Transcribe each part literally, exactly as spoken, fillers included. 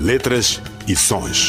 letras e sons.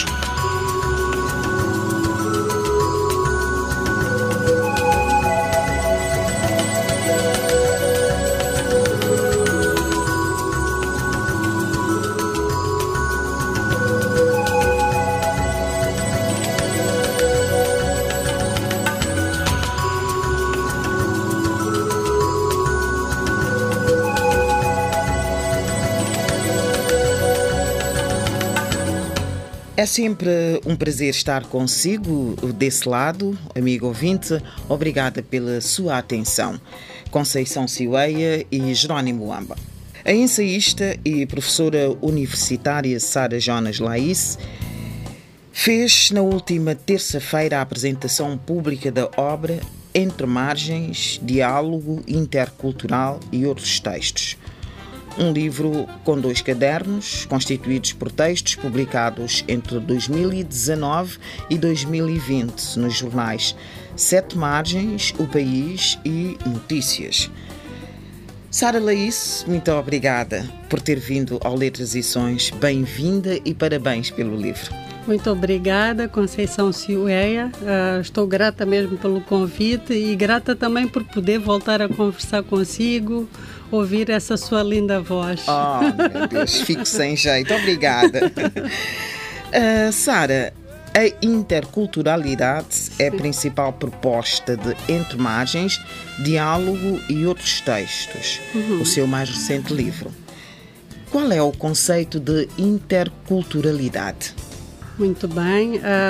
É sempre um prazer estar consigo desse lado, amigo ouvinte. Obrigada pela sua atenção. Conceição Ciueia e Jerónimo Amba. A ensaísta e professora universitária Sara Jonas Laís fez na última terça-feira a apresentação pública da obra Entre Margens, Diálogo Intercultural e Outros Textos. Um livro com dois cadernos, constituídos por textos publicados entre dois mil e dezanove e dois mil e vinte nos jornais Sete Margens, O País e Notícias. Sara Laís, muito obrigada por ter vindo ao Letras e Sons. Bem-vinda e parabéns pelo livro. Muito obrigada, Conceição Ciueia. Uh, estou grata mesmo pelo convite e grata também por poder voltar a conversar consigo, ouvir essa sua linda voz. Oh, meu Deus, fico sem jeito. Obrigada. Uh, Sara, a interculturalidade é a principal proposta de Entre Margens, Diálogo e Outros Textos, uhum. O seu mais recente livro. Qual é o conceito de interculturalidade? Muito bem.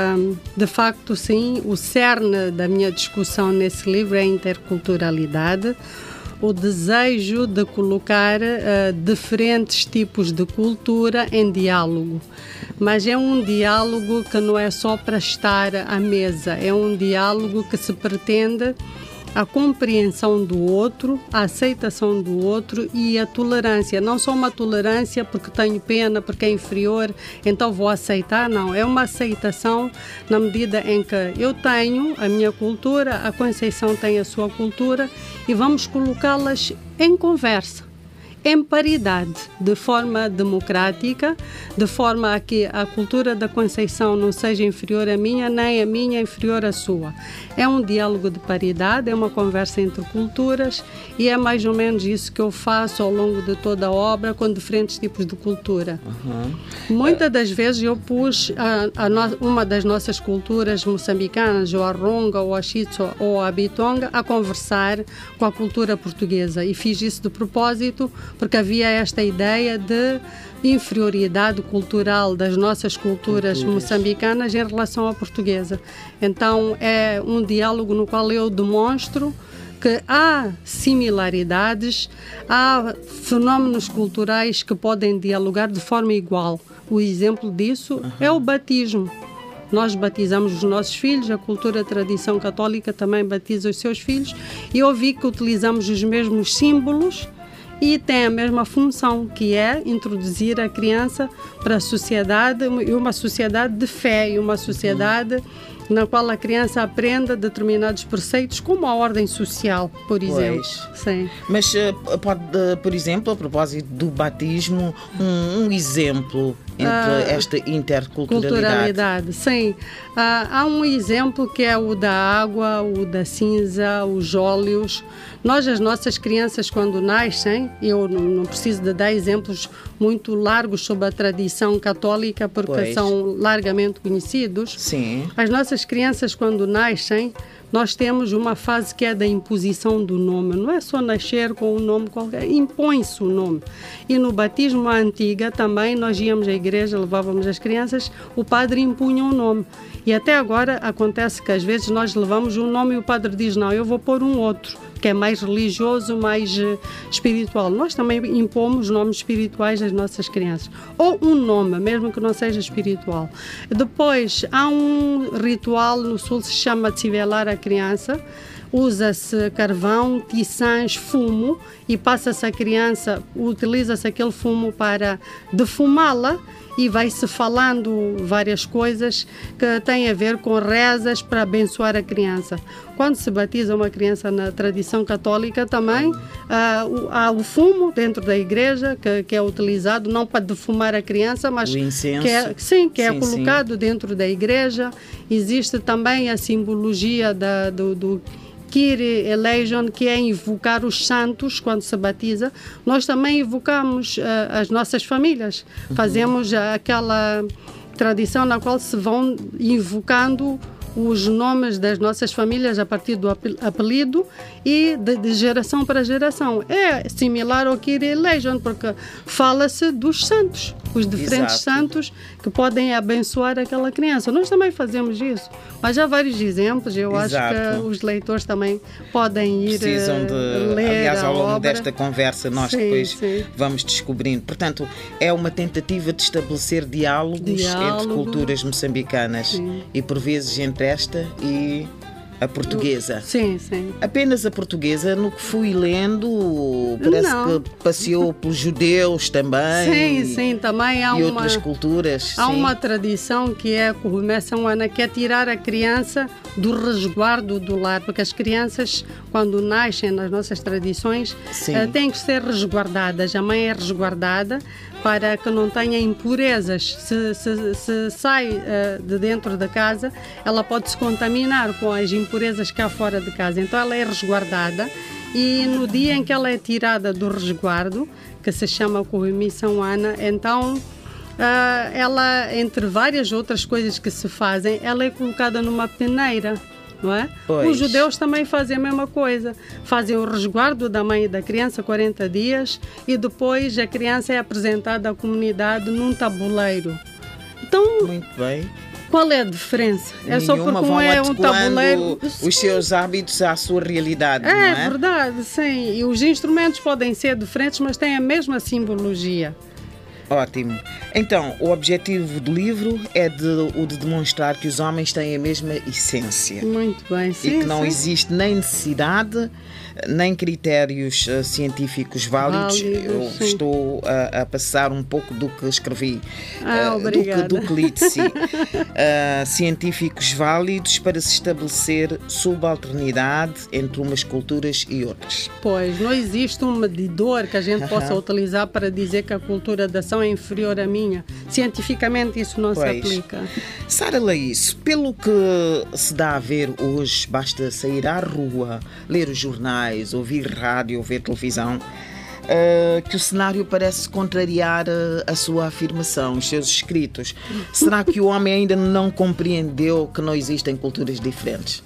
De facto, sim, o cerne da minha discussão nesse livro é a interculturalidade, o desejo de colocar uh, diferentes tipos de cultura em diálogo. Mas é um diálogo que não é só para estar à mesa, é um diálogo que se pretende a compreensão do outro, a aceitação do outro e a tolerância. Não só uma tolerância porque tenho pena, porque é inferior, então vou aceitar, não. É uma aceitação na medida em que eu tenho a minha cultura, a Conceição tem a sua cultura e vamos colocá-las em conversa, em paridade, de forma democrática, de forma a que a cultura da Conceição não seja inferior à minha, nem a minha inferior à sua. É um diálogo de paridade, é uma conversa entre culturas e é mais ou menos isso que eu faço ao longo de toda a obra com diferentes tipos de cultura. Uhum. Muitas das vezes eu pus a, a no, uma das nossas culturas moçambicanas, ou a Ronga, ou a Xitso, ou a Bitonga, a conversar com a cultura portuguesa e fiz isso de propósito porque havia esta ideia de inferioridade cultural das nossas culturas, culturas moçambicanas em relação à portuguesa. Então é um diálogo no qual eu demonstro que há similaridades, há fenómenos culturais que podem dialogar de forma igual. O exemplo disso uhum. é o batismo. Nós batizamos os nossos filhos, a cultura, a tradição católica também batiza os seus filhos e eu vi que utilizamos os mesmos símbolos e tem a mesma função, que é introduzir a criança para a sociedade, e uma sociedade de fé, e uma sociedade na qual a criança aprenda determinados preceitos, como a ordem social, por exemplo. Sim. Mas pode, por exemplo, a propósito do batismo, um, um exemplo entre uh, esta interculturalidade. Sim. Uh, há um exemplo que é o da água, o da cinza, os óleos. Nós, as nossas crianças, quando nascem, eu não preciso de dar exemplos muito largos sobre a tradição católica, porque pois. são largamente conhecidos. Sim. As nossas crianças, quando nascem, nós temos uma fase que é da imposição do nome. Não é só nascer com um nome qualquer, impõe-se o nome. E no batismo à antiga também, nós íamos à igreja, levávamos as crianças, o padre impunha um nome. E até agora acontece que às vezes nós levamos um nome e o padre diz, não, eu vou pôr um outro, que é mais religioso, mais uh, espiritual. Nós também impomos nomes espirituais às nossas crianças. Ou um nome, mesmo que não seja espiritual. Depois, há um ritual no sul, se chama de civelar a criança. usa-se carvão, tiçãs, fumo e passa-se a criança, utiliza-se aquele fumo para defumá-la e vai-se falando várias coisas que têm a ver com rezas para abençoar a criança. Quando se batiza uma criança na tradição católica também, ah, o, há o fumo dentro da igreja que, que é utilizado não para defumar a criança, mas o incenso. Que é, sim, que sim, é colocado sim. dentro da igreja. Existe também a simbologia da, do, do Kyrie eleison, que é invocar os santos quando se batiza. Nós também invocamos uh, as nossas famílias. Uhum. Fazemos uh, aquela tradição na qual se vão invocando os nomes das nossas famílias a partir do apelido e de, de geração para geração. É similar ao Kyrie eleison, porque fala-se dos santos, os diferentes Exato. santos que podem abençoar aquela criança. Nós também fazemos isso, mas há vários exemplos. Eu Exato. acho que os leitores também podem ir Precisam de, ler aliás, ao longo obra. desta conversa nós sim, depois sim. vamos descobrindo. Portanto, é uma tentativa de estabelecer diálogos Diálogo. entre culturas moçambicanas Sim. e por vezes entre esta e a portuguesa. Sim, sim. Apenas a portuguesa, no que fui lendo, parece Não. que passeou pelos judeus também. Sim, sim, também há e uma... outras culturas. Há sim. uma tradição que é, começa um ano, que é tirar a criança do resguardo do lar, porque as crianças, quando nascem nas nossas tradições, uh, têm que ser resguardadas. A mãe é resguardada para que não tenha impurezas. Se, se, se sai uh, de dentro da casa, ela pode se contaminar com as impurezas cá fora de casa. Então ela é resguardada e no dia em que ela é tirada do resguardo, que se chama Kuhumi São Ana, então uh, ela, entre várias outras coisas que se fazem, ela é colocada numa peneira. Não é? Os judeus também fazem a mesma coisa. Fazem o resguardo da mãe e da criança quarenta dias e depois a criança é apresentada à comunidade num tabuleiro. Então, muito bem. Qual é a diferença? Nenhuma, é só porque um é um tabuleiro. Os seus hábitos à sua realidade, é, não é? É verdade, sim. E os instrumentos podem ser diferentes, mas têm a mesma simbologia. Ótimo. Então, o objetivo do livro é de, o de demonstrar que os homens têm a mesma essência. Muito bem, sim. E que não sim. existe nem necessidade, nem critérios uh, científicos válidos. Válidos, Eu sim. estou a, a passar um pouco do que escrevi, ah, uh, do que, do que li de si. Uh, científicos válidos para se estabelecer subalternidade entre umas culturas e outras. Pois, não existe um medidor que a gente possa uh-huh. utilizar para dizer que a cultura da ação é inferior à minha. Cientificamente isso não pois. se aplica. Sara Laís, pelo que se dá a ver hoje, basta sair à rua, ler os jornais, ouvir rádio, ver televisão, uh, que o cenário parece contrariar a, a sua afirmação, os seus escritos. Será que o homem ainda não compreendeu que não existem culturas diferentes?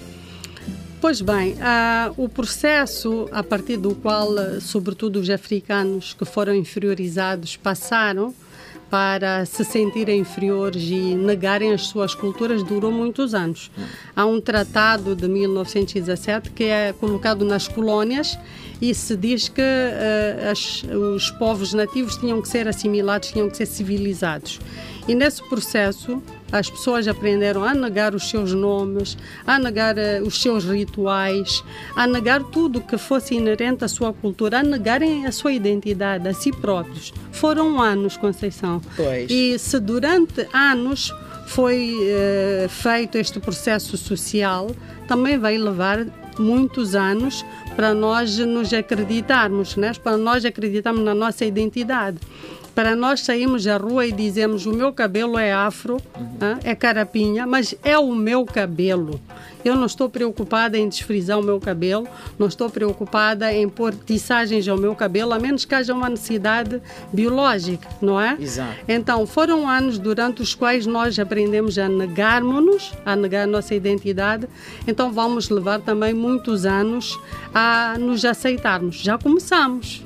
Pois bem, uh, o processo a partir do qual, sobretudo os africanos que foram inferiorizados, passaram para se sentirem inferiores e negarem as suas culturas, durou muitos anos. Há um tratado de mil novecentos e dezassete que é colocado nas colónias e se diz que uh, as, os povos nativos tinham que ser assimilados, tinham que ser civilizados. E nesse processo as pessoas aprenderam a negar os seus nomes, a negar uh, os seus rituais, a negar tudo que fosse inerente à sua cultura, a negarem a sua identidade, a si próprios. Foram anos, Conceição. Pois. E se durante anos foi uh, feito este processo social, também vai levar muitos anos para nós nos acreditarmos, né? Para nós acreditarmos na nossa identidade. Para nós sairmos à rua e dizemos o meu cabelo é afro, uhum. é carapinha, mas é o meu cabelo. Eu não estou preocupada em desfrisar o meu cabelo, não estou preocupada em pôr tiçagens ao meu cabelo, a menos que haja uma necessidade biológica, não é? Exato. Então, foram anos durante os quais nós aprendemos a negarmos-nos, a negar a nossa identidade, então vamos levar também muitos anos a nos aceitarmos. Já começamos.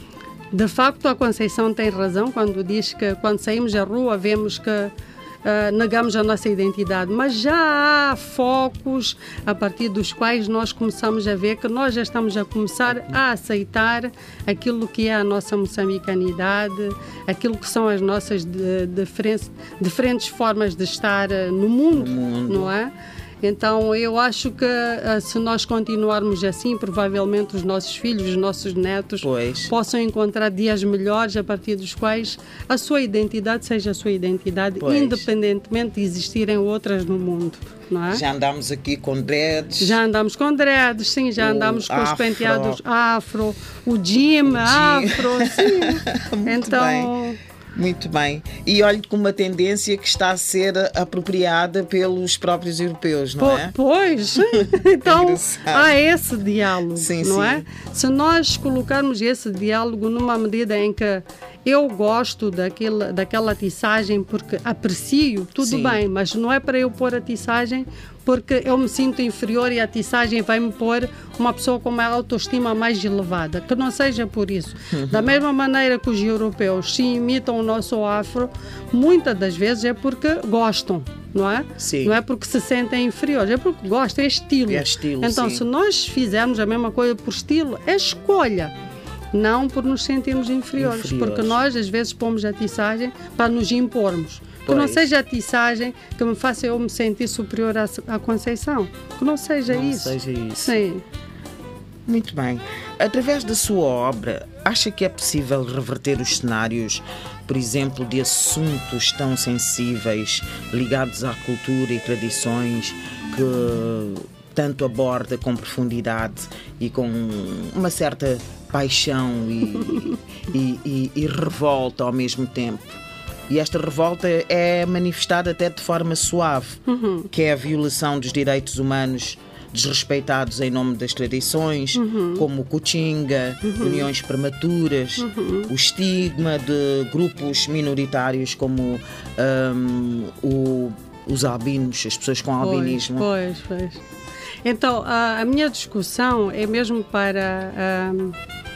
De facto, a Conceição tem razão quando diz que quando saímos à rua vemos que uh, negamos a nossa identidade, mas já há focos a partir dos quais nós começamos a ver que nós já estamos a começar a aceitar aquilo que é a nossa moçambicanidade, aquilo que são as nossas de, de diferentes, diferentes formas de estar no mundo, no mundo. não é? Então, eu acho que uh, se nós continuarmos assim, provavelmente os nossos filhos, os nossos netos Pois. possam encontrar dias melhores a partir dos quais a sua identidade seja a sua identidade, Pois. independentemente de existirem outras no mundo. Não é? Já andámos aqui com dreads. Já andamos com dreads, sim, já O andamos com afro. os penteados afro, o Jim, afro, sim. Muito então, bem. Muito bem. E olhe com uma tendência que está a ser apropriada pelos próprios europeus, não po- é? Pois, então Engraçado. há esse diálogo, Sim, não sim. é? Se nós colocarmos esse diálogo numa medida em que eu gosto daquele, daquela atiçagem porque aprecio, tudo Sim. bem, mas não é para eu pôr atiçagem porque eu me sinto inferior e a atiçagem vai-me pôr uma pessoa com uma autoestima mais elevada. Que não seja por isso. Uhum. Da mesma maneira que os europeus se imitam o nosso afro, muitas das vezes é porque gostam, não é? Sim. Não é porque se sentem inferiores, é porque gostam, é estilo. É estilo, então, sim. se nós fizermos a mesma coisa por estilo, é escolha. Não por nos sentirmos inferiores, Inferiores. porque nós às vezes pomos atiçagem para nos impormos. Que não Pois. seja atiçagem que me faça eu me sentir superior à, à Conceição. Que não seja Não isso. seja isso. Sim. Muito bem. Através da sua obra, acha que é possível reverter os cenários, por exemplo, de assuntos tão sensíveis ligados à cultura e tradições que tanto aborda com profundidade e com uma certa paixão e, e, e, e revolta ao mesmo tempo? E esta revolta é manifestada até de forma suave, Uhum. que é a violação dos direitos humanos desrespeitados em nome das tradições, Uhum. como o Kuchinga, uniões prematuras, Uhum. o estigma de grupos minoritários como hum, o- os albinos, as pessoas com albinismo. Pois, pois, pois. Então, a, a minha discussão é mesmo para, ahm,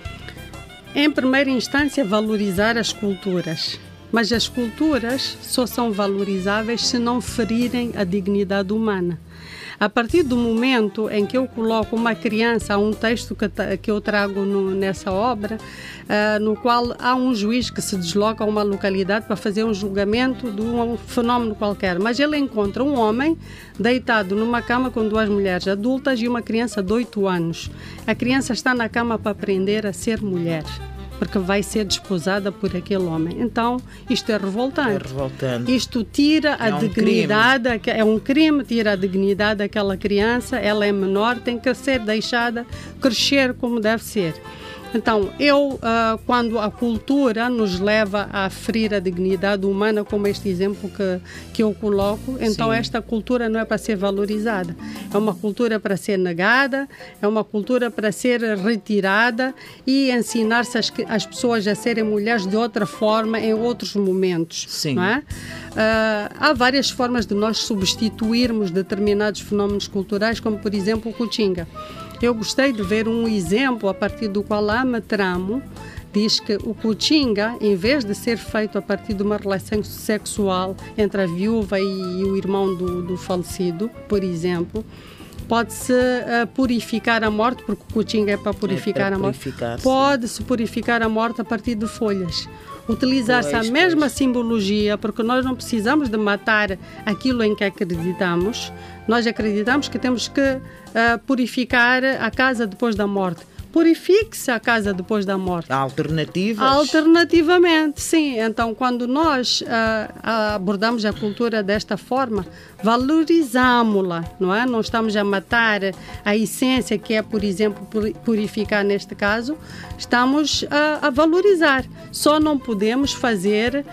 em primeira instância, valorizar as culturas. Mas as culturas só são valorizáveis se não ferirem a dignidade humana. A partir do momento em que eu coloco uma criança, há um texto que, ta- que eu trago no- nessa obra, ah, no qual há um juiz que se desloca a uma localidade para fazer um julgamento de um fenómeno qualquer, mas ele encontra um homem deitado numa cama com duas mulheres adultas e uma criança de oito anos. A criança está na cama para aprender a ser mulher, porque vai ser desposada por aquele homem. Então, isto é revoltante. É revoltante. Isto tira a É um dignidade, é um crime, tira a dignidade daquela criança, ela é menor, tem que ser deixada crescer como deve ser. Então, eu, ah, quando a cultura nos leva a ferir a dignidade humana, como este exemplo que, que eu coloco, então Sim. esta cultura não é para ser valorizada. É uma cultura para ser negada, é uma cultura para ser retirada e ensinar-se as, as pessoas a serem mulheres de outra forma em outros momentos. Sim. Não é? Ah, há várias formas de nós substituirmos determinados fenómenos culturais, como por exemplo o Kuchinga. Eu gostei de ver um exemplo a partir do qual a Matramo diz que o Kuchinga, em vez de ser feito a partir de uma relação sexual entre a viúva e o irmão do, do falecido, por exemplo, pode-se uh, purificar a morte, porque o Kuchinga é para purificar para a morte. purificar, sim. Pode-se purificar a morte a partir de folhas. Utilizar-se Pois, a mesma pois. simbologia, porque nós não precisamos de matar aquilo em que acreditamos, nós acreditamos que temos que uh, purificar a casa depois da morte. Purifique-se a casa depois da morte. Há alternativas? Alternativamente, sim. Então, quando nós ah, abordamos a cultura desta forma, valorizamos-la, não é? Não estamos a matar a essência, que é, por exemplo, purificar neste caso, estamos a, a valorizar. Só não podemos fazer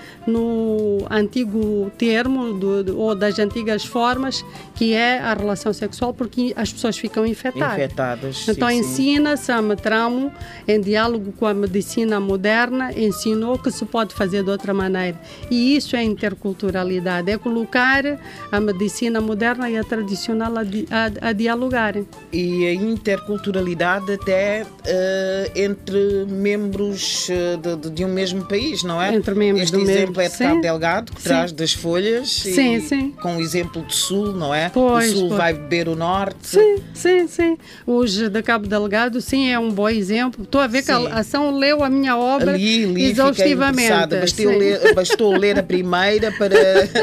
no antigo termo do, do, ou das antigas formas, que é a relação sexual, porque as pessoas ficam infectadas. Infectadas. Então, sim, sim. ensina-se a Matramo, em diálogo com a medicina moderna, ensinou que se pode fazer de outra maneira. E isso é interculturalidade, é colocar a medicina moderna e a tradicional a, di a, a dialogarem. E a interculturalidade até uh, entre membros uh, de, de, de um mesmo país, não é? Entre membros este do exemplo mesmo, é de Cabo sim. Delgado, que Sim. traz das folhas, Sim, e sim. com o exemplo do Sul, não é? Pois, o Sul pois. vai beber o Norte. Sim, sim, sim. Os de Cabo Delgado, sim, é um bom exemplo. Estou a ver Sim. que a ação leu a minha obra li, li, exaustivamente. Bastou ler, bastou ler a primeira para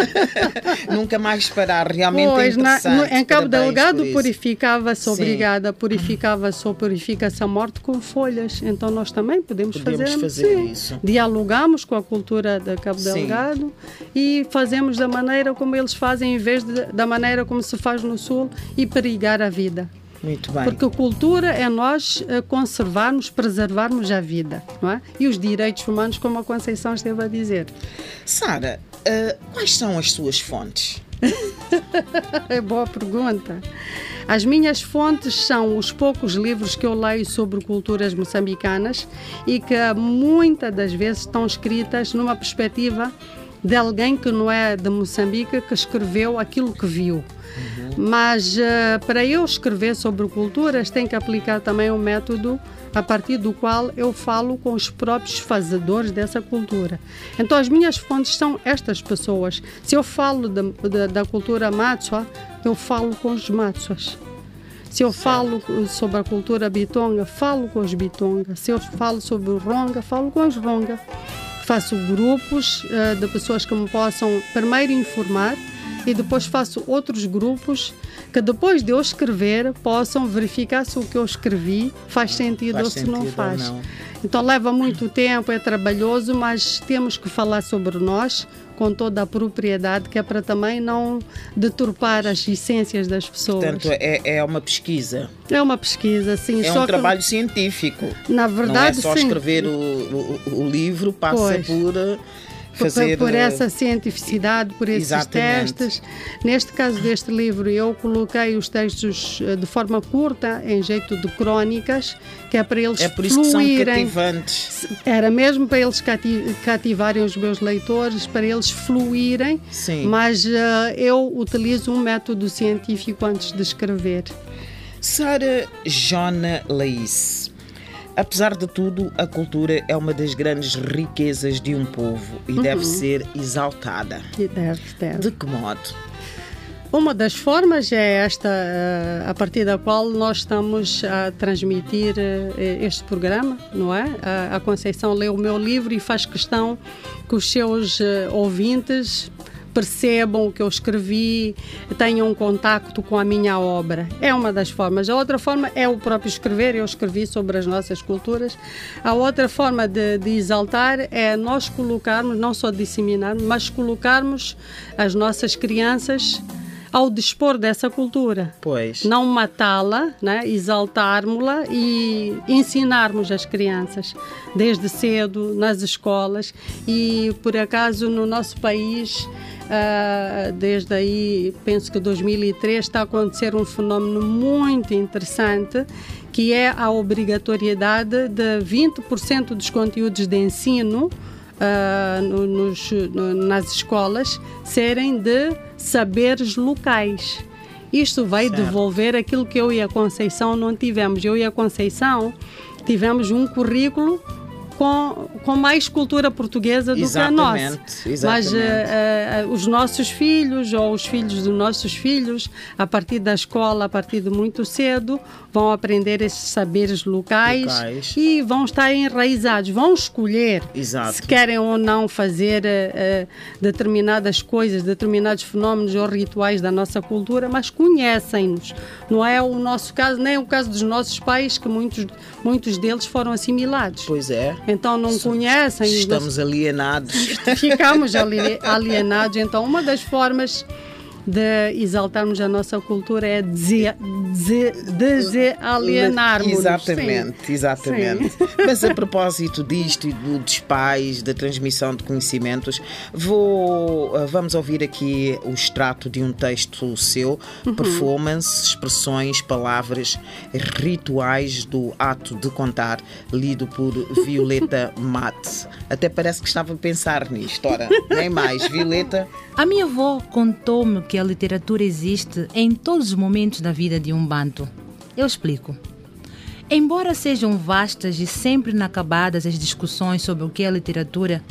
nunca mais parar. Realmente pois, é interessante. Na, no, em Cabo Delgado purificava-se, obrigada, purificava-se ou purifica-se a morte com folhas. Então nós também podemos, podemos fazer, fazer sim. isso. Dialogamos com a cultura de Cabo Sim. Delgado e fazemos da maneira como eles fazem, em vez de, da maneira como se faz no Sul, e perigar a vida. Muito bem. Porque a cultura é nós conservarmos, preservarmos a vida, não é? E os direitos humanos, como a Conceição esteve a dizer. Sara, uh, quais são as suas fontes? É boa pergunta. As minhas fontes são os poucos livros que eu leio sobre culturas moçambicanas e que muitas das vezes estão escritas numa perspectiva de alguém que não é de Moçambique, que escreveu aquilo que viu. Uhum. Mas uh, para eu escrever sobre culturas, tenho que aplicar também um método a partir do qual eu falo com os próprios fazedores dessa cultura. Então as minhas fontes são estas pessoas. Se eu falo de, de, da cultura Matsua, eu falo com os Matsuas. Se eu falo sobre a cultura Bitonga, falo com os Bitonga. Se eu falo sobre o Ronga, falo com os Ronga. Faço grupos uh, de pessoas que me possam primeiro informar e depois faço outros grupos que depois de eu escrever possam verificar se o que eu escrevi faz sentido faz ou se não faz. Não. Então leva muito tempo, é trabalhoso, mas temos que falar sobre nós com toda a propriedade, que é para também não deturpar as essências das pessoas. Portanto, é, é uma pesquisa. É uma pesquisa, sim. É só um que, trabalho científico. Na verdade, não é só sim. escrever o, o, o livro, passa pois. por... Fazer... Por, por essa cientificidade, por esses Exatamente. testes. Neste caso deste livro, eu coloquei os textos de forma curta, em jeito de crónicas, que é para eles fluírem. É por isso fluírem. que são cativantes. Era mesmo para eles cativarem os meus leitores, para eles fluírem, Sim. mas uh, eu utilizo um método científico antes de escrever. Sara Jona Laís, apesar de tudo, a cultura é uma das grandes riquezas de um povo e uhum. deve ser exaltada. E deve, deve. De que modo? Uma das formas é esta, a partir da qual nós estamos a transmitir este programa, não é? A Conceição lê o meu livro e faz questão que os seus ouvintes percebam o que eu escrevi, tenham um contacto com a minha obra. É uma das formas. A outra forma é o próprio escrever. Eu escrevi sobre as nossas culturas. A outra forma de, de exaltar é nós colocarmos, não só disseminarmos, mas colocarmos as nossas crianças ao dispor dessa cultura. Pois. Não matá-la, né? Exaltarmos-la e ensinarmos as crianças desde cedo, nas escolas. E, por acaso, no nosso país, Uh, desde aí, penso que dois mil e três, está a acontecer um fenómeno muito interessante, que é a obrigatoriedade de vinte por cento dos conteúdos de ensino uh, no, nos, no, nas escolas serem de saberes locais. Isto vai certo. devolver aquilo que eu e a Conceição não tivemos. Eu e a Conceição tivemos um currículo Com, com mais cultura portuguesa do exatamente, que a nossa. Exatamente. Mas uh, uh, os nossos filhos ou os filhos dos nossos filhos, a partir da escola, a partir de muito cedo, vão aprender esses saberes locais, locais. E vão estar enraizados, vão escolher Exato. se querem ou não fazer uh, determinadas coisas, determinados fenómenos ou rituais da nossa cultura, mas conhecem-nos. Não é o nosso caso, nem o caso dos nossos pais, que muitos, muitos deles foram assimilados. Pois é. Então não conhecem. Estamos alienados. Ficamos alienados. Então uma das formas de exaltarmos a nossa cultura é desalienarmos. Exatamente, Sim. exatamente. Sim. Mas a propósito disto e do, dos pais, da transmissão de conhecimentos, vou, vamos ouvir aqui o extrato de um texto seu, uhum. performance, expressões, palavras, rituais do ato de contar, lido por Violeta Mate. Até parece que estava a pensar nisto. Ora, nem mais. Violeta? A minha avó contou-me que a literatura existe em todos os momentos da vida de um banto. Eu explico. Embora sejam vastas e sempre inacabadas as discussões sobre o que é literatura,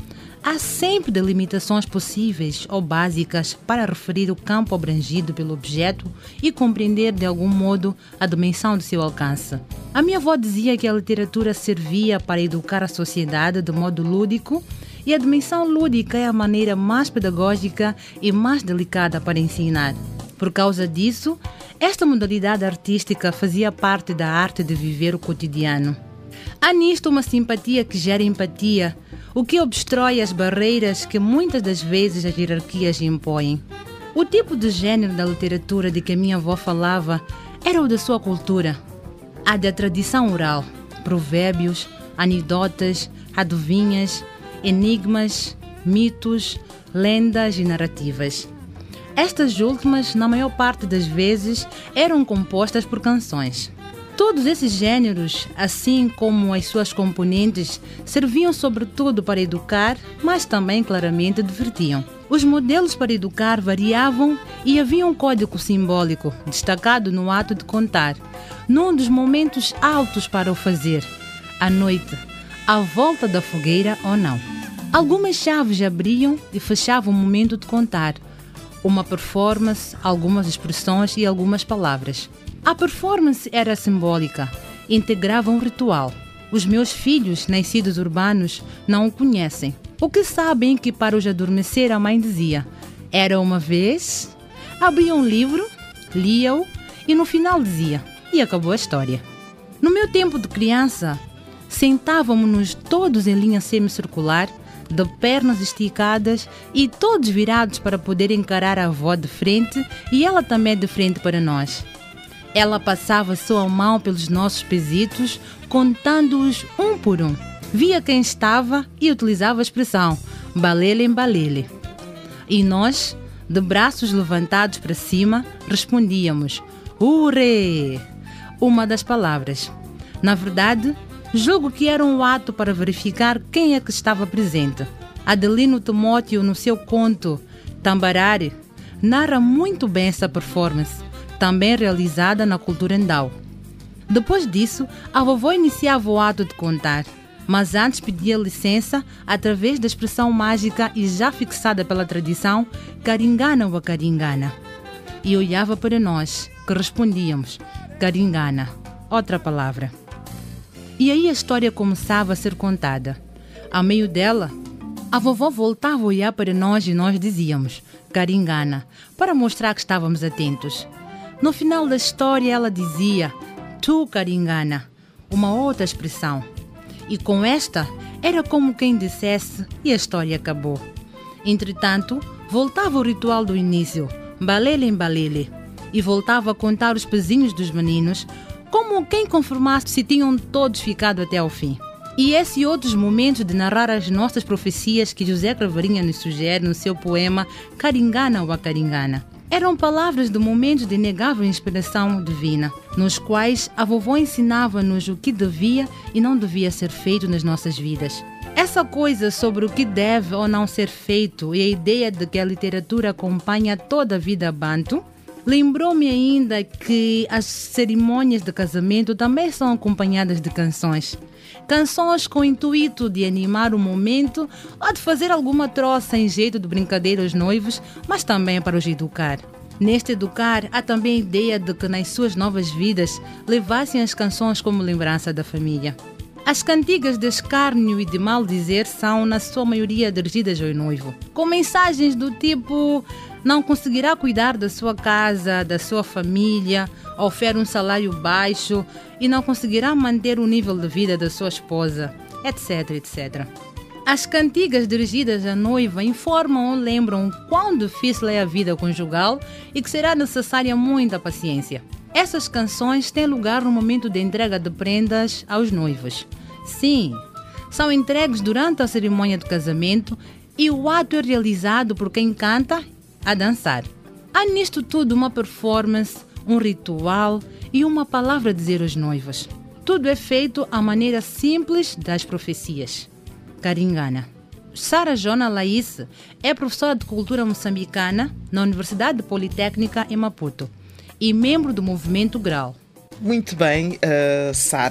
há sempre delimitações possíveis ou básicas para referir o campo abrangido pelo objeto e compreender de algum modo a dimensão do seu alcance. A minha avó dizia que a literatura servia para educar a sociedade de modo lúdico, e a dimensão lúdica é a maneira mais pedagógica e mais delicada para ensinar. Por causa disso, esta modalidade artística fazia parte da arte de viver o cotidiano. Há nisto uma simpatia que gera empatia, o que obstrói as barreiras que muitas das vezes as hierarquias impõem. O tipo de gênero da literatura de que a minha avó falava era o da sua cultura, a da tradição oral, provérbios, anedotas, adivinhas, enigmas, mitos, lendas e narrativas. Estas últimas, na maior parte das vezes, eram compostas por canções. Todos esses gêneros, assim como as suas componentes, serviam sobretudo para educar, mas também claramente divertiam. Os modelos para educar variavam e havia um código simbólico, destacado no ato de contar, num dos momentos altos para o fazer, à noite, à volta da fogueira ou não. Algumas chaves abriam e fechavam o momento de contar, uma performance, algumas expressões e algumas palavras. A performance era simbólica, integrava um ritual. Os meus filhos, nascidos urbanos, não o conhecem. O que sabem que para os adormecer a mãe dizia: era uma vez, abria um livro, lia-o e no final dizia: e acabou a história. No meu tempo de criança, sentávamos-nos todos em linha semicircular, de pernas esticadas e todos virados para poder encarar a avó de frente e ela também de frente para nós. Ela passava sua mão pelos nossos pesitos, contando-os um por um. Via quem estava e utilizava a expressão balele em balele. E nós, de braços levantados para cima, respondíamos Ure! Uma das palavras. Na verdade, julgo que era um ato para verificar quem é que estava presente. Adelino Timóteo, no seu conto Tambarare, narra muito bem essa performance, também realizada na cultura Ndau. Depois disso, a vovó iniciava o ato de contar, mas antes pedia licença através da expressão mágica e já fixada pela tradição, Caringana ou Caringana. E olhava para nós, que respondíamos, Caringana, outra palavra. E aí a história começava a ser contada. Ao meio dela, a vovó voltava a olhar para nós e nós dizíamos, Caringana, para mostrar que estávamos atentos. No final da história ela dizia, tu Caringana, uma outra expressão. E com esta, era como quem dissesse e a história acabou. Entretanto, voltava o ritual do início, balele em balele, e voltava a contar os pezinhos dos meninos, como quem confirmasse se tinham todos ficado até ao fim. E esse e outros momentos de narrar as nossas profecias que José Cravarinha nos sugere no seu poema Caringana ou a Caringana. Eram palavras de momentos de inegável inspiração divina, nos quais a vovó ensinava-nos o que devia e não devia ser feito nas nossas vidas. Essa coisa sobre o que deve ou não ser feito e a ideia de que a literatura acompanha toda a vida banto, lembrou-me ainda que as cerimônias de casamento também são acompanhadas de canções. Canções com o intuito de animar o momento ou de fazer alguma troça em jeito de brincadeira aos noivos, mas também para os educar. Neste educar, há também a ideia de que nas suas novas vidas levassem as canções como lembrança da família. As cantigas de escárnio e de maldizer são, na sua maioria, dirigidas ao noivo, com mensagens do tipo: não conseguirá cuidar da sua casa, da sua família, oferece um salário baixo e não conseguirá manter o nível de vida da sua esposa, etc, etcétera. As cantigas dirigidas à noiva informam ou lembram quão difícil é a vida conjugal e que será necessária muita paciência. Essas canções têm lugar no momento de entrega de prendas aos noivos. Sim, são entregues durante a cerimônia de casamento e o ato é realizado por quem canta a dançar. Há nisto tudo uma performance, um ritual e uma palavra a dizer aos noivos. Tudo é feito à maneira simples das profecias. Caringana. Sara Jona Laís é professora de cultura moçambicana na Universidade Politécnica em Maputo e membro do Movimento Grau. Muito bem, uh, Sara.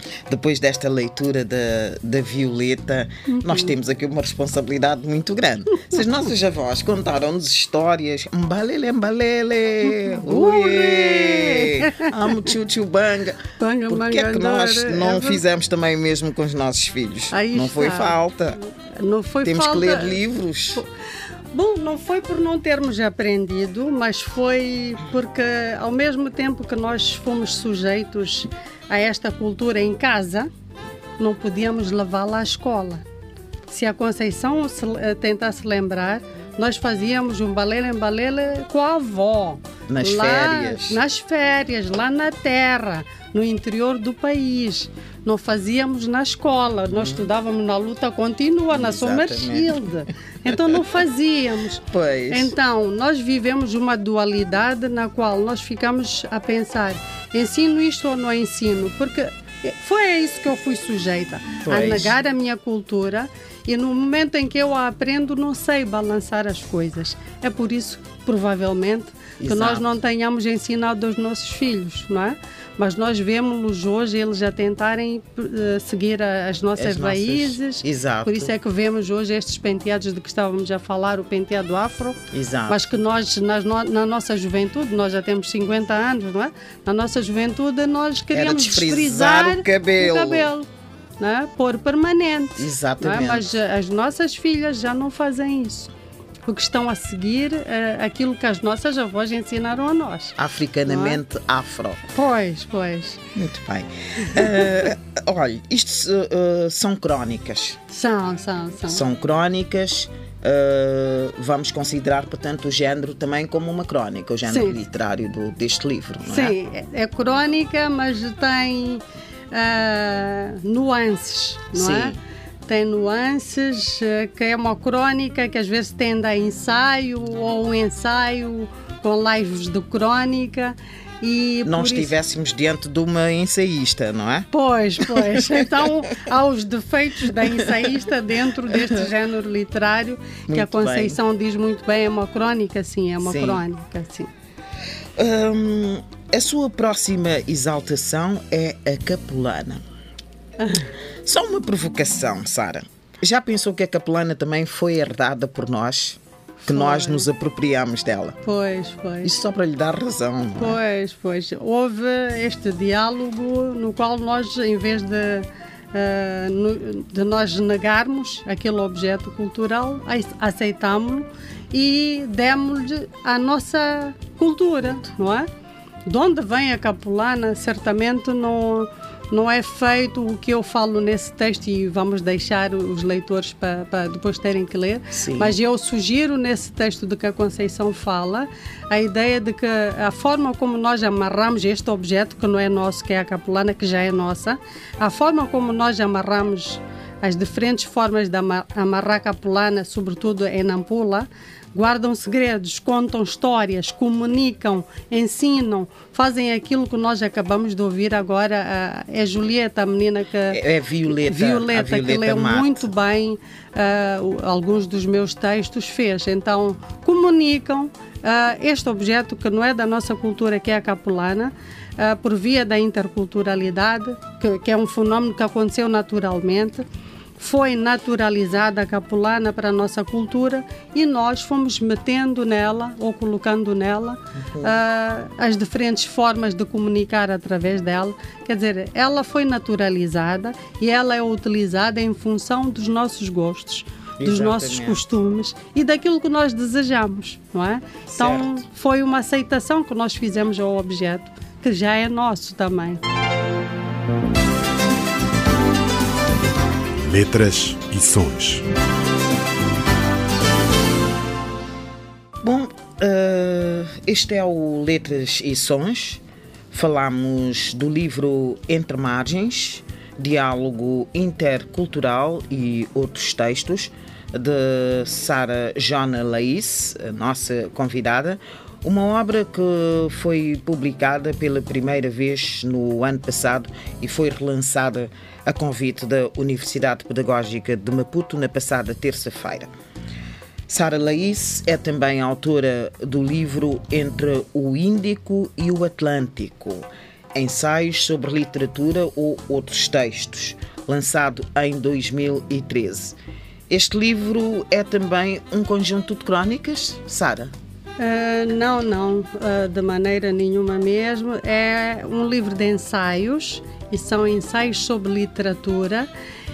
depois desta leitura da, da Violeta, uhum. nós temos aqui uma responsabilidade muito grande. Se as nossas avós contaram-nos histórias, mbalele, mbalele, ué, amo tio tio banga, por que é que nós não fizemos também mesmo com os nossos filhos? Aí não está. foi falta. Não foi temos falta. que ler livros. Bom, não foi por não termos aprendido, mas foi porque, ao mesmo tempo que nós fomos sujeitos a esta cultura em casa, não podíamos levá-la à escola. Se a Conceição se, tentasse lembrar, nós fazíamos um balele balele com a avó. Nas lá, férias. Nas férias, lá na terra, no interior do país. Não fazíamos na escola, nós hum. estudávamos na luta contínua, na Sommerschilde. Então não fazíamos. Pois. Então, nós vivemos uma dualidade na qual nós ficamos a pensar, ensino isto ou não ensino? Porque foi a isso que eu fui sujeita, pois. a negar a minha cultura, e no momento em que eu a aprendo não sei balançar as coisas. É por isso, provavelmente, que Exato. nós não tenhamos ensinado aos nossos filhos, não é? Mas nós vemos-los hoje, eles a tentarem uh, seguir a, as nossas as raízes. Nossas... Exato. Por isso é que vemos hoje estes penteados de que estávamos a falar, o penteado afro. Exato. Mas que nós, nas no, na nossa juventude, nós já temos cinquenta anos, não é? Na nossa juventude, nós queríamos desfrizar o cabelo. O cabelo. Não é? Pôr permanente. Exatamente. Não é? Mas as nossas filhas já não fazem isso. Porque estão a seguir uh, aquilo que as nossas avós ensinaram a nós. Africanamente é? Afro. Pois, pois. Muito bem. Uh, olha, isto uh, são crónicas. São, são, são. São crónicas. Uh, vamos considerar, portanto, o género também como uma crónica, o género Sim. literário do, deste livro, não é? Sim, é, é crónica, mas tem uh, nuances, não Sim. é? Tem nuances, que é uma crónica que às vezes tende a ensaio ou um ensaio com lives de crónica. E não por estivéssemos isso... diante de uma ensaísta, não é? Pois, pois. Então há os defeitos da ensaísta dentro deste género literário, muito que a Conceição bem. diz muito bem, é uma crónica, sim, é uma sim. crónica, sim. Hum, a sua próxima exaltação é a capulana. Só uma provocação, Sara. Já pensou que a capulana também foi herdada por nós? Que foi. Nós nos apropriamos dela? Pois, pois. Isso só para lhe dar razão, não é? Pois, pois. Houve este diálogo no qual nós, em vez de, uh, no, de nós negarmos aquele objeto cultural, aceitámo-lo e demos-lhe a nossa cultura, não é? De onde vem a capulana, certamente não... Não é feito o que eu falo nesse texto e vamos deixar os leitores para, para depois terem que ler. Sim. Mas eu sugiro nesse texto de que a Conceição fala a ideia de que a forma como nós amarramos este objeto, que não é nosso, que é a capulana, que já é nossa, a forma como nós amarramos as diferentes formas de amarrar a capulana, sobretudo em Nampula, guardam segredos, contam histórias, comunicam, ensinam, fazem aquilo que nós acabamos de ouvir agora. É Julieta, a menina que... É Violeta, Violeta, a Violeta que leu Mate. muito bem uh, alguns dos meus textos, fez. Então, comunicam uh, este objeto que não é da nossa cultura, que é a capulana, uh, por via da interculturalidade, que, que é um fenómeno que aconteceu naturalmente. Foi naturalizada a capulana para a nossa cultura e nós fomos metendo nela ou colocando nela uhum. uh, as diferentes formas de comunicar através dela. Quer dizer, ela foi naturalizada e ela é utilizada em função dos nossos gostos, dos Exatamente. nossos costumes e daquilo que nós desejamos, não é? Certo. Então foi uma aceitação que nós fizemos ao objeto, que já é nosso também. Letras e sons. Bom, uh, este é o Letras e Sons. Falamos do livro Entre Margens, Diálogo Intercultural e outros textos, de Sara Jona Laís, a nossa convidada. Uma obra que foi publicada pela primeira vez no ano passado e foi relançada a convite da Universidade Pedagógica de Maputo na passada terça-feira. Sara Laís é também autora do livro Entre o Índico e o Atlântico. Ensaios sobre Literatura ou Outros Textos, lançado em dois mil e treze. Este livro é também um conjunto de crónicas, Sara? Uh, não, não, uh, de maneira nenhuma mesmo. É um livro de ensaios, e são ensaios sobre literatura,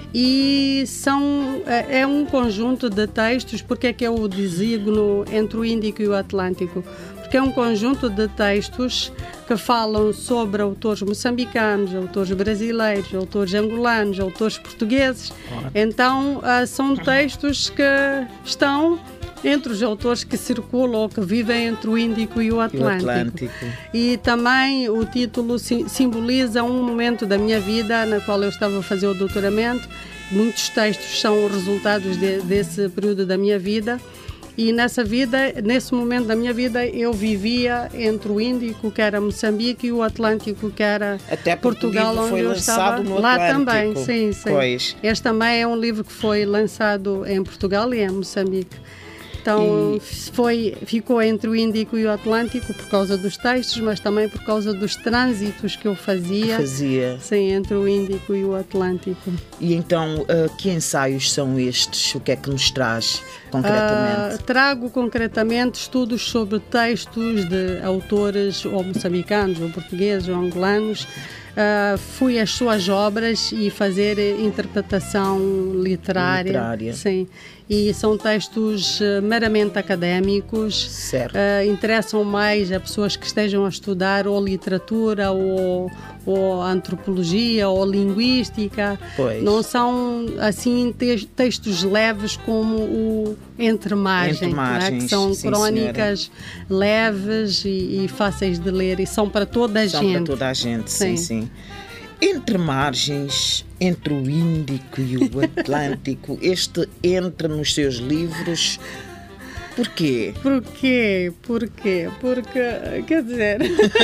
e são, é um conjunto de textos. Porque é que eu o designo entre o Índico e o Atlântico? Porque é um conjunto de textos que falam sobre autores moçambicanos, autores brasileiros, autores angolanos, autores portugueses. Então, uh, são textos que estão entre os autores que circulam ou que vivem entre o Índico e o Atlântico. E, o Atlântico. E também o título sim, simboliza um momento da minha vida na qual eu estava a fazer o doutoramento. Muitos textos são resultados de, desse período da minha vida. E nessa vida, nesse momento da minha vida, eu vivia entre o Índico, que era Moçambique, e o Atlântico, que era Até Portugal, onde foi eu estava. No lá Atlântico. também, sim, sim. Pois. Este também é um livro que foi lançado em Portugal e em Moçambique. Então e... foi, ficou entre o Índico e o Atlântico por causa dos textos, mas também por causa dos trânsitos que eu fazia, fazia. Sim, entre o Índico e o Atlântico. E então, uh, que ensaios são estes? O que é que nos traz concretamente? Uh, trago concretamente estudos sobre textos de autores ou moçambicanos, ou portugueses, ou angolanos. Uh, fui às suas obras e fazer interpretação literária. Literária. Sim. E são textos uh, meramente académicos. Certo. Uh, interessam mais a pessoas que estejam a estudar ou literatura ou, ou antropologia ou linguística. Pois. Não são assim te- textos leves como o Entre Margens, Entre Margens, né? Que são sim, crónicas senhora. leves e, e fáceis de ler, e são para toda a são gente. São para toda a gente, sim, sim. sim. Entre Margens, entre o Índico e o Atlântico, este entra nos seus livros. Porquê? Porquê? Porquê? Porque, quer dizer,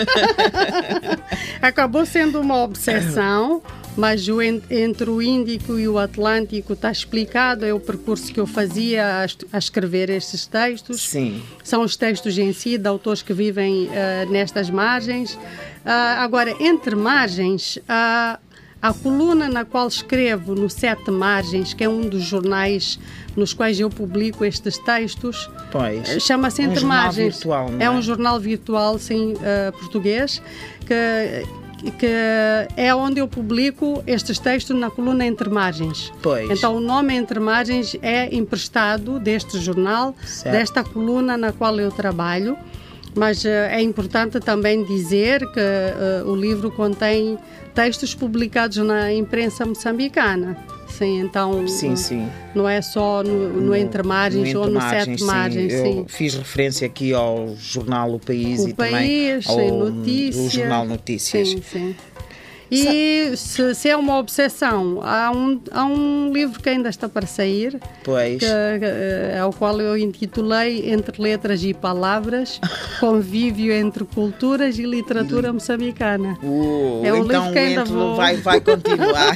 acabou sendo uma obsessão, mas o, entre o Índico e o Atlântico está explicado, é o percurso que eu fazia a, a escrever estes textos. Sim. São os textos em si, de autores que vivem uh, nestas margens. Uh, agora, Entre Margens, uh, a coluna na qual escrevo no Sete Margens, que é um dos jornais nos quais eu publico estes textos, pois. Chama-se um Entre Margens. Virtual, não é? É um jornal virtual, sim, uh, português, que que é onde eu publico estes textos na coluna Entre Margens. Pois. Então o nome Entre Margens é emprestado deste jornal, certo. Desta coluna na qual eu trabalho, mas uh, é importante também dizer que uh, o livro contém textos publicados na imprensa moçambicana. Sim, então sim, sim. Não é só no, no, no Entre Margens no ou no Margens, Sete Margens. Sim. Sim. Eu fiz referência aqui ao jornal O País o e país, também ao notícia, o jornal Notícias. Sim, sim. E se, se é uma obsessão, há um, há um livro que ainda está para sair, pois. Que, que, ao qual eu intitulei Entre Letras e Palavras, Convívio entre Culturas e Literatura Moçambicana. Uh, é um então livro que ainda o vou... vai, vai continuar.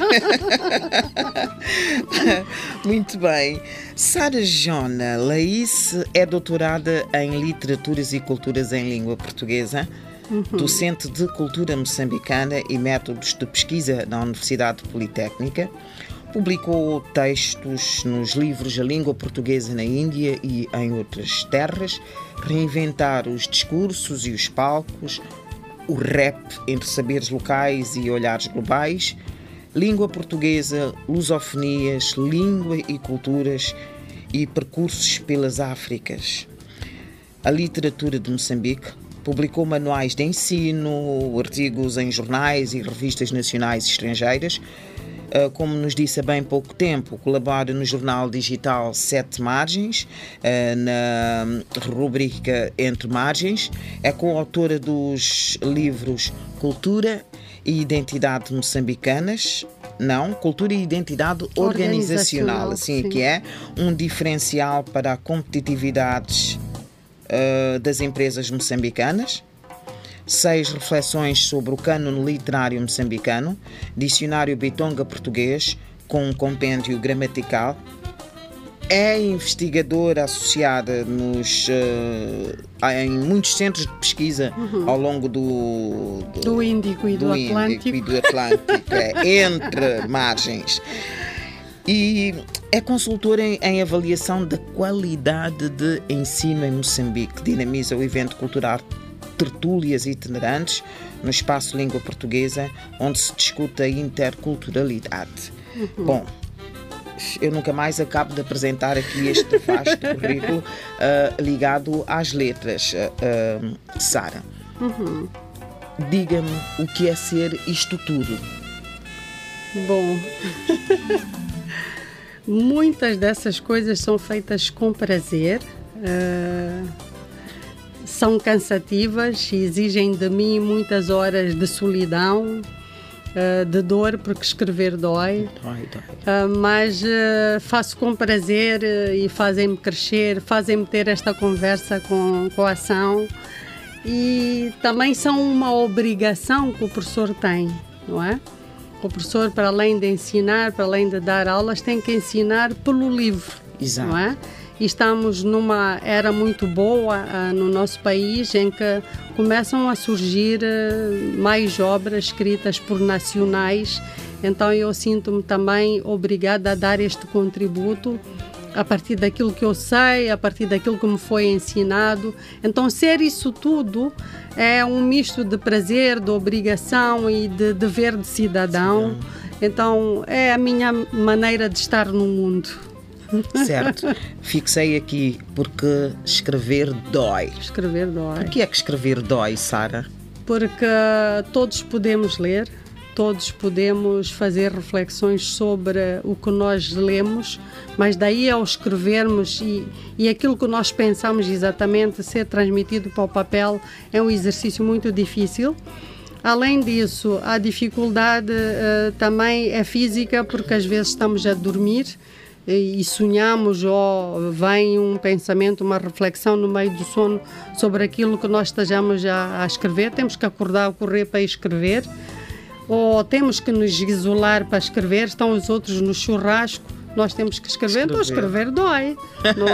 Muito bem. Sara Jona Laís é doutorada em Literaturas e Culturas em Língua Portuguesa, uhum. docente de Cultura Moçambicana e Métodos de Pesquisa na Universidade Politécnica. Publicou textos nos livros A Língua Portuguesa na Índia e em Outras Terras, Reinventar os Discursos e os Palcos, O Rap entre Saberes Locais e Olhares Globais, Língua Portuguesa, Lusofonias, Língua e Culturas e Percursos pelas Áfricas. A Literatura de Moçambique. Publicou manuais de ensino, artigos em jornais e revistas nacionais e estrangeiras. Como nos disse há bem pouco tempo, colabora no jornal digital Sete Margens, na rubrica Entre Margens. É coautora dos livros Cultura e Identidade Moçambicanas. Não, Cultura e Identidade Organizacional, Organizacional assim sim. que é um diferencial para a competitividade uh, das empresas moçambicanas. Seis reflexões sobre o cânone literário moçambicano, dicionário Bitonga português com um compêndio gramatical, é investigadora associada nos, uh, em muitos centros de pesquisa uhum. ao longo do, do, do Índico e do, do Atlântico. Índico e do Atlântico, é, entre margens. E é consultora em, em avaliação da qualidade de ensino em Moçambique. Dinamiza o evento cultural Tertúlias Itinerantes no Espaço Língua Portuguesa, onde se discute a interculturalidade. Uhum. Bom, eu nunca mais acabo de apresentar aqui este vasto currículo uh, ligado às letras. Uh, uh, Sara, uhum. diga-me o que é ser isto tudo. Bom, muitas dessas coisas são feitas com prazer, uh, são cansativas e exigem de mim muitas horas de solidão, uh, de dor, porque escrever dói, dói, dói. Uh, mas uh, faço com prazer uh, e fazem-me crescer, fazem-me ter esta conversa com, com a ação, e também são uma obrigação que o professor tem, não é? O professor, para além de ensinar, para além de dar aulas, tem que ensinar pelo livro. Exato. Não é? E estamos numa era muito boa uh, no nosso país, em que começam a surgir uh, mais obras escritas por nacionais. Então eu sinto-me também obrigada a dar este contributo a partir daquilo que eu sei, a partir daquilo que me foi ensinado. Então ser isso tudo é um misto de prazer, de obrigação e de dever de cidadão. Sim. Então é a minha maneira de estar no mundo. Certo. Fixei aqui porque escrever dói. Escrever dói. Por que é que escrever dói, Sara? Porque todos podemos ler, todos podemos fazer reflexões sobre o que nós lemos, mas daí ao escrevermos e, e aquilo que nós pensamos exatamente ser transmitido para o papel é um exercício muito difícil. Além disso, a dificuldade uh, também é física, porque às vezes estamos a dormir e sonhamos, ou vem um pensamento, uma reflexão no meio do sono sobre aquilo que nós estejamos a, a escrever. Temos que acordar, correr para escrever, ou temos que nos isolar para escrever. Estão os outros no churrasco, nós temos que escrever, escrever. Então escrever dói, não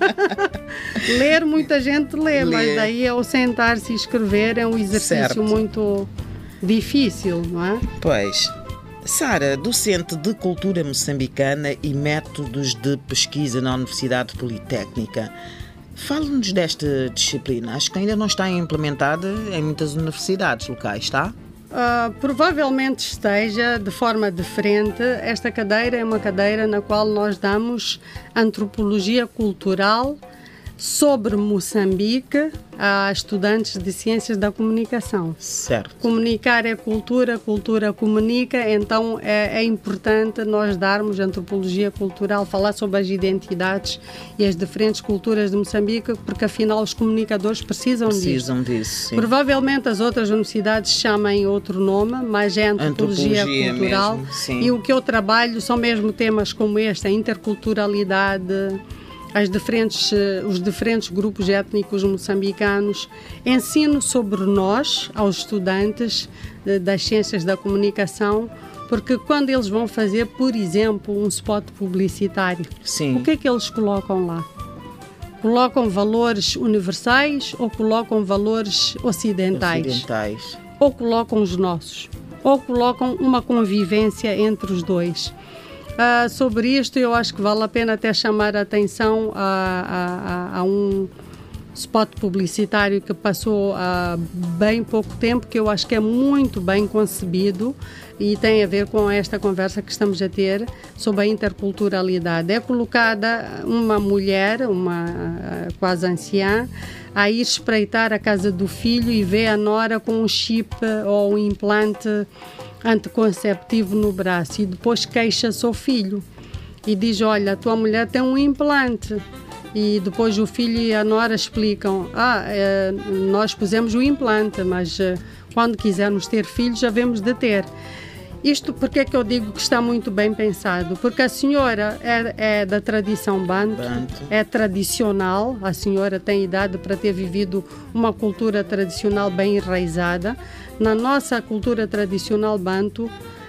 é? Ler, muita gente lê, lê, mas daí ao sentar-se e escrever é um exercício certo. Muito difícil, não é? Pois. Sara, docente de cultura moçambicana e métodos de pesquisa na Universidade Politécnica, fale-nos desta disciplina. Acho que ainda não está implementada em muitas universidades locais, está? Uh, provavelmente esteja de forma diferente. Esta cadeira é uma cadeira na qual nós damos antropologia cultural sobre Moçambique a estudantes de ciências da comunicação. Certo. Comunicar é cultura, cultura comunica, então é, é importante nós darmos antropologia cultural, falar sobre as identidades e as diferentes culturas de Moçambique, porque afinal os comunicadores precisam, precisam disso. disso. Sim. Provavelmente as outras universidades chamem outro nome, mas é antropologia, antropologia cultural. Mesmo, e o que eu trabalho são mesmo temas como este, a interculturalidade, As diferentes, os diferentes grupos étnicos moçambicanos. Ensino sobre nós aos estudantes das ciências da comunicação, porque quando eles vão fazer, por exemplo, um spot publicitário, Sim. o que é que eles colocam lá? Colocam valores universais ou colocam valores ocidentais? Ocidentais. Ou colocam os nossos? Ou colocam uma convivência entre os dois? Uh, sobre isto, eu acho que vale a pena até chamar a atenção a, a, a um spot publicitário que passou há bem pouco tempo, que eu acho que é muito bem concebido e tem a ver com esta conversa que estamos a ter sobre a interculturalidade. É colocada uma mulher, uma quase anciã, a ir espreitar a casa do filho e vê a nora com um chip ou um implante anticonceptivo no braço, e depois queixa-se ao filho e diz: olha, a tua mulher tem um implante. E depois o filho e a nora explicam: ah, é, nós pusemos o implante, mas é, quando quisermos ter filhos já devemos de ter. Isto porque é que eu digo que está muito bem pensado? Porque a senhora é, é da tradição banto, banto, é tradicional, a senhora tem idade para ter vivido uma cultura tradicional bem enraizada. Na nossa cultura tradicional banto,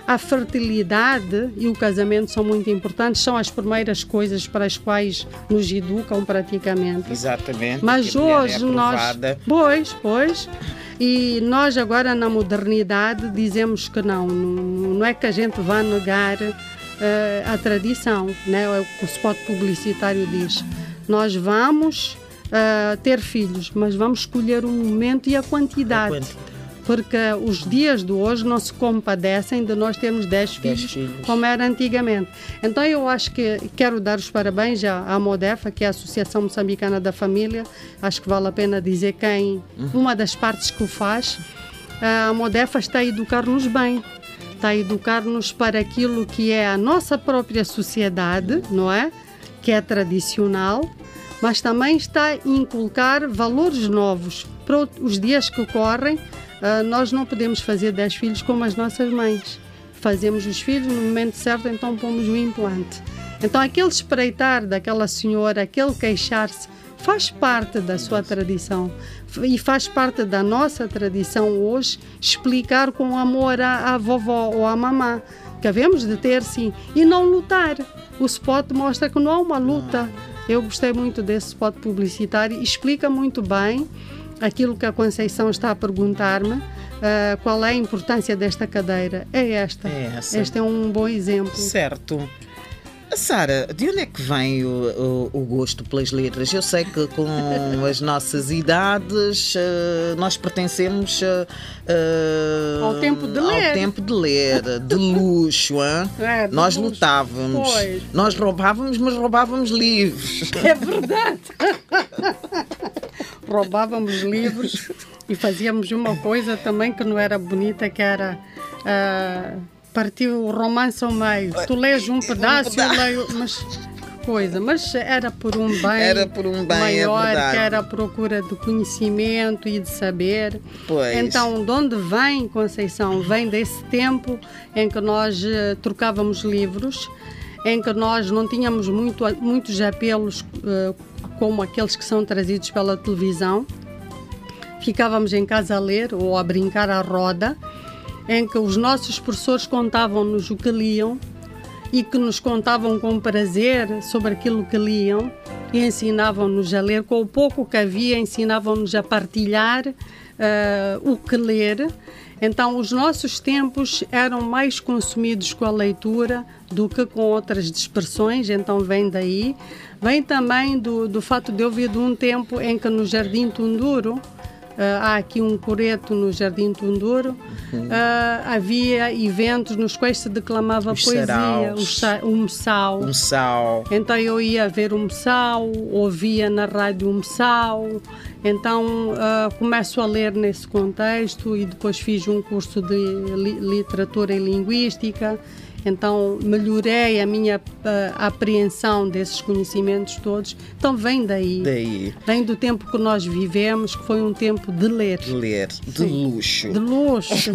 a fertilidade e o casamento são muito importantes, são as primeiras coisas para as quais nos educam praticamente. Exatamente. Mas hoje é nós... Pois, pois. E nós agora na modernidade dizemos que não, não, não é que a gente vá negar uh, a tradição, né? É o que o spot publicitário diz. Nós vamos uh, ter filhos, mas vamos escolher o momento e a quantidade. A quantidade. Porque os dias de hoje não se compadecem de nós termos dez filhos, filhos, como era antigamente. Então eu acho que quero dar os parabéns à Modefa, que é a Associação Moçambicana da Família. Acho que vale a pena dizer quem, uma das partes que o faz. A Modefa está a educar-nos bem, está a educar-nos para aquilo que é a nossa própria sociedade, não é? Que é tradicional, mas também está a inculcar valores novos para os dias que correm. Uh, nós não podemos fazer dez filhos como as nossas mães. Fazemos os filhos no momento certo, então pomos o implante. Então aquele espreitar daquela senhora, aquele queixar-se, faz parte da sua tradição e faz parte da nossa tradição hoje explicar com amor à, à vovó ou à mamã que havemos de ter sim e não lutar. O spot mostra que não há uma luta. Eu gostei muito desse spot publicitário, explica muito bem aquilo que a Conceição está a perguntar-me, uh, qual é a importância desta cadeira? É esta. É essa. Este é um bom exemplo. Certo. Sara, de onde é que vem o, o, o gosto pelas letras? Eu sei que com as nossas idades uh, nós pertencemos uh, uh, ao tempo de ler. Ao tempo de ler, de luxo. É, de nós luxo. Lutávamos, pois. Nós roubávamos, mas roubávamos livros. É verdade. Roubávamos livros e fazíamos uma coisa também que não era bonita, que era... Uh, partiu o romance ao meio. Tu lês um pedaço, um pedaço. Eu leio, mas que coisa. Mas era por um bem, era por um bem maior, é que era a procura de conhecimento e de saber. Pois. Então, de onde vem, Conceição? Vem desse tempo em que nós uh, trocávamos livros, em que nós não tínhamos muito, muitos apelos uh, como aqueles que são trazidos pela televisão. Ficávamos em casa a ler ou a brincar à roda, em que os nossos professores contavam-nos o que liam e que nos contavam com prazer sobre aquilo que liam e ensinavam-nos a ler. Com o pouco que havia, ensinavam-nos a partilhar uh, o que ler. Então, os nossos tempos eram mais consumidos com a leitura do que com outras dispersões, então vem daí. Vem também do, do fato de eu vir de um tempo em que no Jardim Tunduro, Uh, há aqui um coreto no Jardim Tunduro, uhum. uh, havia eventos nos quais se declamava os poesia, o, o Messal. Um sal. Então eu ia ver o Messal, ouvia na rádio o Messal, então uh, começo a ler nesse contexto e depois fiz um curso de li, literatura e linguística. Então melhorei a minha uh, apreensão desses conhecimentos todos. Então vem daí. daí. Vem do tempo que nós vivemos, que foi um tempo de ler. De ler, de Sim. luxo. De luxo.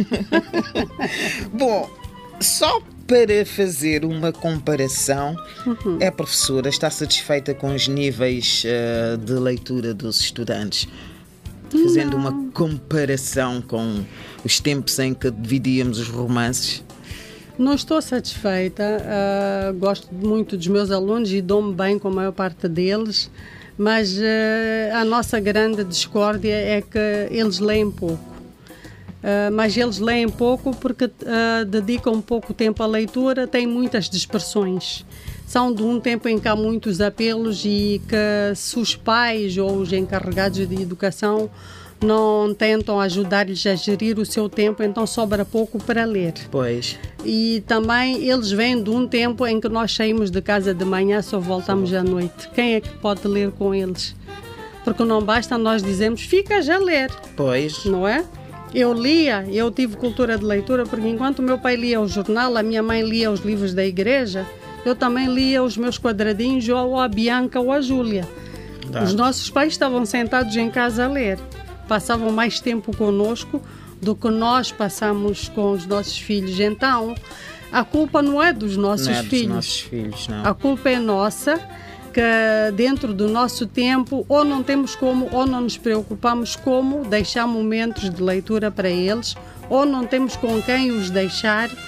Bom, só para fazer uma comparação, uhum. a professora está satisfeita com os níveis uh, de leitura dos estudantes? Fazendo Não. uma comparação com os tempos em que dividíamos os romances? Não estou satisfeita, uh, gosto muito dos meus alunos e dou-me bem com a maior parte deles, mas uh, a nossa grande discórdia é que eles leem pouco. Uh, mas eles leem pouco porque uh, dedicam pouco tempo à leitura, têm muitas dispersões. São de um tempo em que há muitos apelos e que se os pais ou os encarregados de educação não tentam ajudar-lhes a gerir o seu tempo, então sobra pouco para ler. Pois. E também eles vêm de um tempo em que nós saímos de casa de manhã, só voltamos à noite. Quem é que pode ler com eles? Porque não basta nós dizermos, ficas a ler. Pois. Não é? Eu lia, eu tive cultura de leitura, porque enquanto o meu pai lia o jornal, a minha mãe lia os livros da igreja, eu também lia os meus quadradinhos, ou a Bianca ou a Júlia. Tá. Os nossos pais estavam sentados em casa a ler. Passavam mais tempo conosco do que nós passamos com os nossos filhos. Então, a culpa não é dos nossos não é filhos. Dos nossos filhos, não. A culpa é nossa, que dentro do nosso tempo ou não temos como, ou não nos preocupamos como deixar momentos de leitura para eles, ou não temos com quem os deixar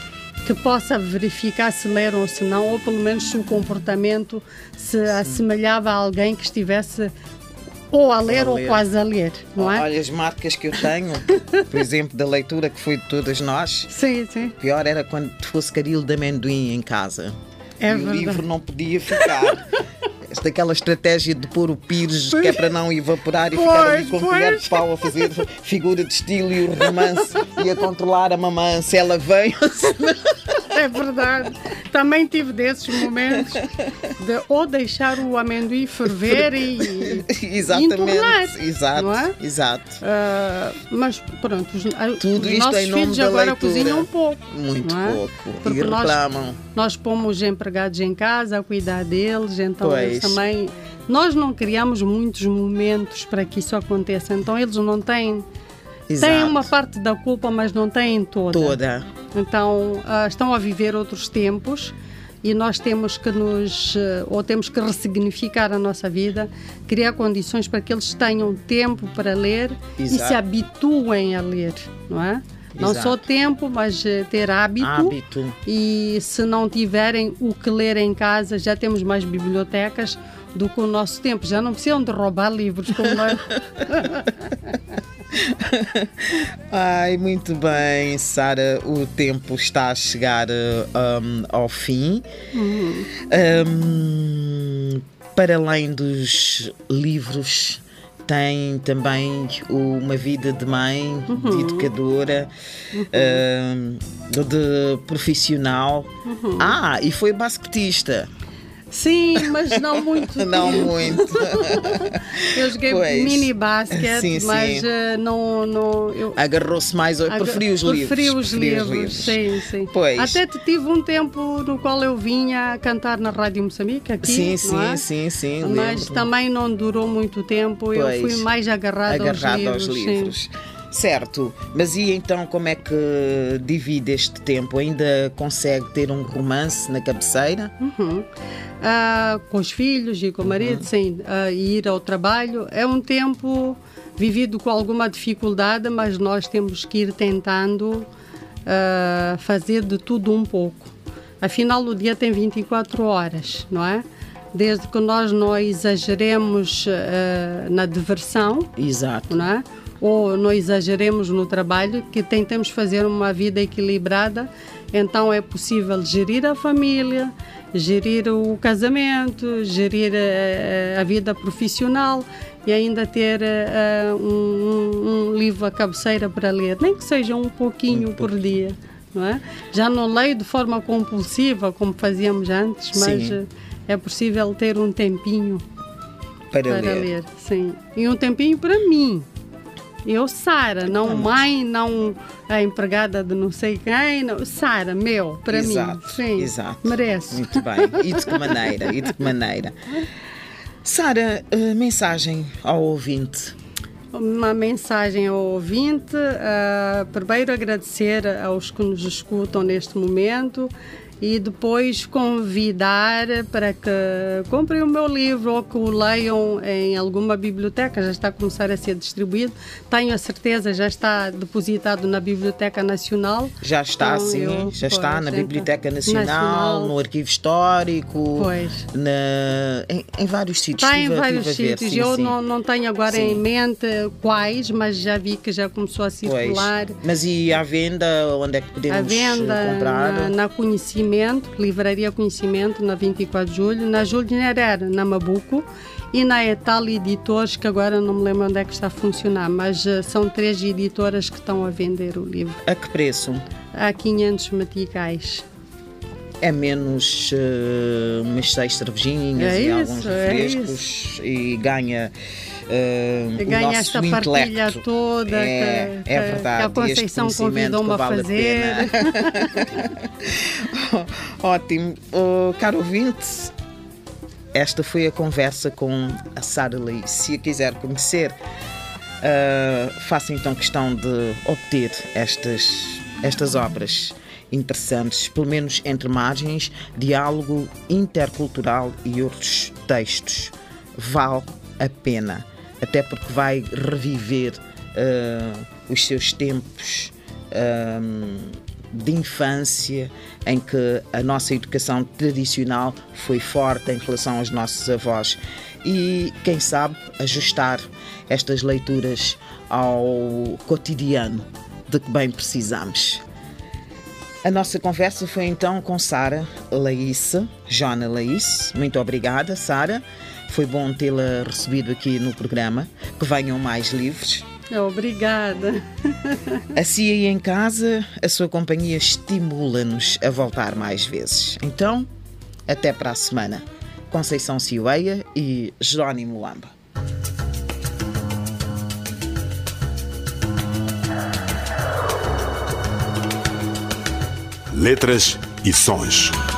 que possa verificar se leram ou se não, ou pelo menos se o comportamento se Sim. assemelhava a alguém que estivesse ou a ler ou, a ler. ou quase a ler, não é? Olha, as marcas que eu tenho, por exemplo, da leitura que foi de todas nós, sim, sim. pior era quando fosse caril de amendoim em casa. É e verdade. O livro não podia ficar. Daquela estratégia de pôr o pires, que é para não evaporar e pois, ficar ali com pois. colher de pau a fazer figura de estilo e o romance e a controlar a mamã se ela vem ou se não. É verdade. Também tive desses momentos de ou deixar o amendoim ferver e, Exatamente. e entornar, exato, não é? exato. Uh, mas pronto, os, Tudo os isto nossos em nome filhos da agora leitura. cozinham um pouco. Muito não é? pouco. Porque e reclamam. Nós, nós pomos empregados em casa a cuidar deles, então Pois. eles também. Nós não criamos muitos momentos para que isso aconteça, então eles não têm. Exato. Têm uma parte da culpa, mas não têm toda. Toda. Então, uh, estão a viver outros tempos e nós temos que nos, uh, ou temos que ressignificar a nossa vida, criar condições para que eles tenham tempo para ler Exato. e se habituem a ler, não é? Não Exato. só tempo, mas uh, ter hábito. Hábito. E se não tiverem o que ler em casa, já temos mais bibliotecas do que o nosso tempo. Já não precisam de roubar livros como nós. Ai, muito bem, Sara, o tempo está a chegar um, ao fim. Uhum. Um, para além dos livros, tem também uma vida de mãe, uhum. de educadora, uhum. um, de profissional. Uhum. Ah, e foi basquetista. Sim, mas não muito. Não muito. Eu joguei pois. mini basquete, sim, mas sim. Uh, não. não eu... Agarrou-se mais. Eu preferi os livros. Preferi os preferi livros, os livros. Sim, sim. Pois. Até tive um tempo no qual eu vinha cantar na Rádio Moçambique, aqui. Sim, não sim, é? sim, sim. Mas lembro. também não durou muito tempo. Pois. Eu fui mais agarrada, agarrada aos livros. Aos livros. Certo, mas e então como é que divide este tempo? Ainda consegue ter um romance na cabeceira? Uhum. Uh, com os filhos e com o marido, uhum. sim, uh, e ir ao trabalho. É um tempo vivido com alguma dificuldade, mas nós temos que ir tentando uh, fazer de tudo um pouco. Afinal, o dia tem vinte e quatro horas, não é? Desde que nós não exageremos uh, na diversão, exato, não é? Ou não exageremos no trabalho, que tentemos fazer uma vida equilibrada, então é possível gerir a família, gerir o casamento, gerir a, a vida profissional e ainda ter uh, um, um livro à cabeceira para ler, nem que seja um pouquinho um por pouquinho. dia. Não é? Já não leio de forma compulsiva como fazíamos antes, mas Sim. é possível ter um tempinho para, para ler. ler. Sim. E um tempinho para mim. Eu, Sara, não mãe, não a empregada de não sei quem, Sara, meu, para exato, mim. Sim, exato. Mereço. Muito bem. E de que maneira? E de que maneira? Sara, uh, mensagem ao ouvinte. Uma mensagem ao ouvinte. Uh, primeiro agradecer aos que nos escutam neste momento e depois convidar para que comprem o meu livro ou que o leiam em alguma biblioteca. Já está a começar a ser distribuído. Tenho a certeza, já está depositado na Biblioteca Nacional. Já está, então, sim. Eu, já pois, está na Biblioteca Nacional, Nacional, no Arquivo Histórico, pois. Na, em, em vários sítios. Está em vários sítios. Sim, eu sim. Não, não tenho agora sim. em mente quais, mas já vi que já começou a circular. Pois. Mas e à venda? Onde é que podemos à venda, comprar? Na, na Conhecimento. Livraria Conhecimento, na vinte e quatro de julho, na Júlio de Nyerere, na Mabuco, e na Etal Editores, que agora não me lembro onde é que está a funcionar, mas uh, são três editoras que estão a vender o livro. A que preço? A quinhentos meticais. É menos uh, umas seis cervejinhas é e isso, alguns refrescos é e ganha uh, ganha o nosso esta intelecto. Partilha toda é, que, é verdade, que a Conceição convidou-me a vale fazer. A Ótimo. Uh, caro ouvinte, esta foi a conversa com a Sara Laís. Se a quiser conhecer, uh, faça então questão de obter estas, estas obras interessantes, pelo menos entre margens, diálogo intercultural e outros textos. Vale a pena, até porque vai reviver uh, os seus tempos uh, de infância, em que a nossa educação tradicional foi forte em relação aos nossos avós. E, quem sabe, ajustar estas leituras ao cotidiano de que bem precisamos. A nossa conversa foi então com Sara Laísse, Jona Laísse. Muito obrigada, Sara. Foi bom tê-la recebido aqui no programa. Que venham mais livros. Obrigada. Assim aí em casa, a sua companhia estimula-nos a voltar mais vezes. Então, até para a semana. Conceição Cioeia e Jerónimo Lamba. Letras e sons.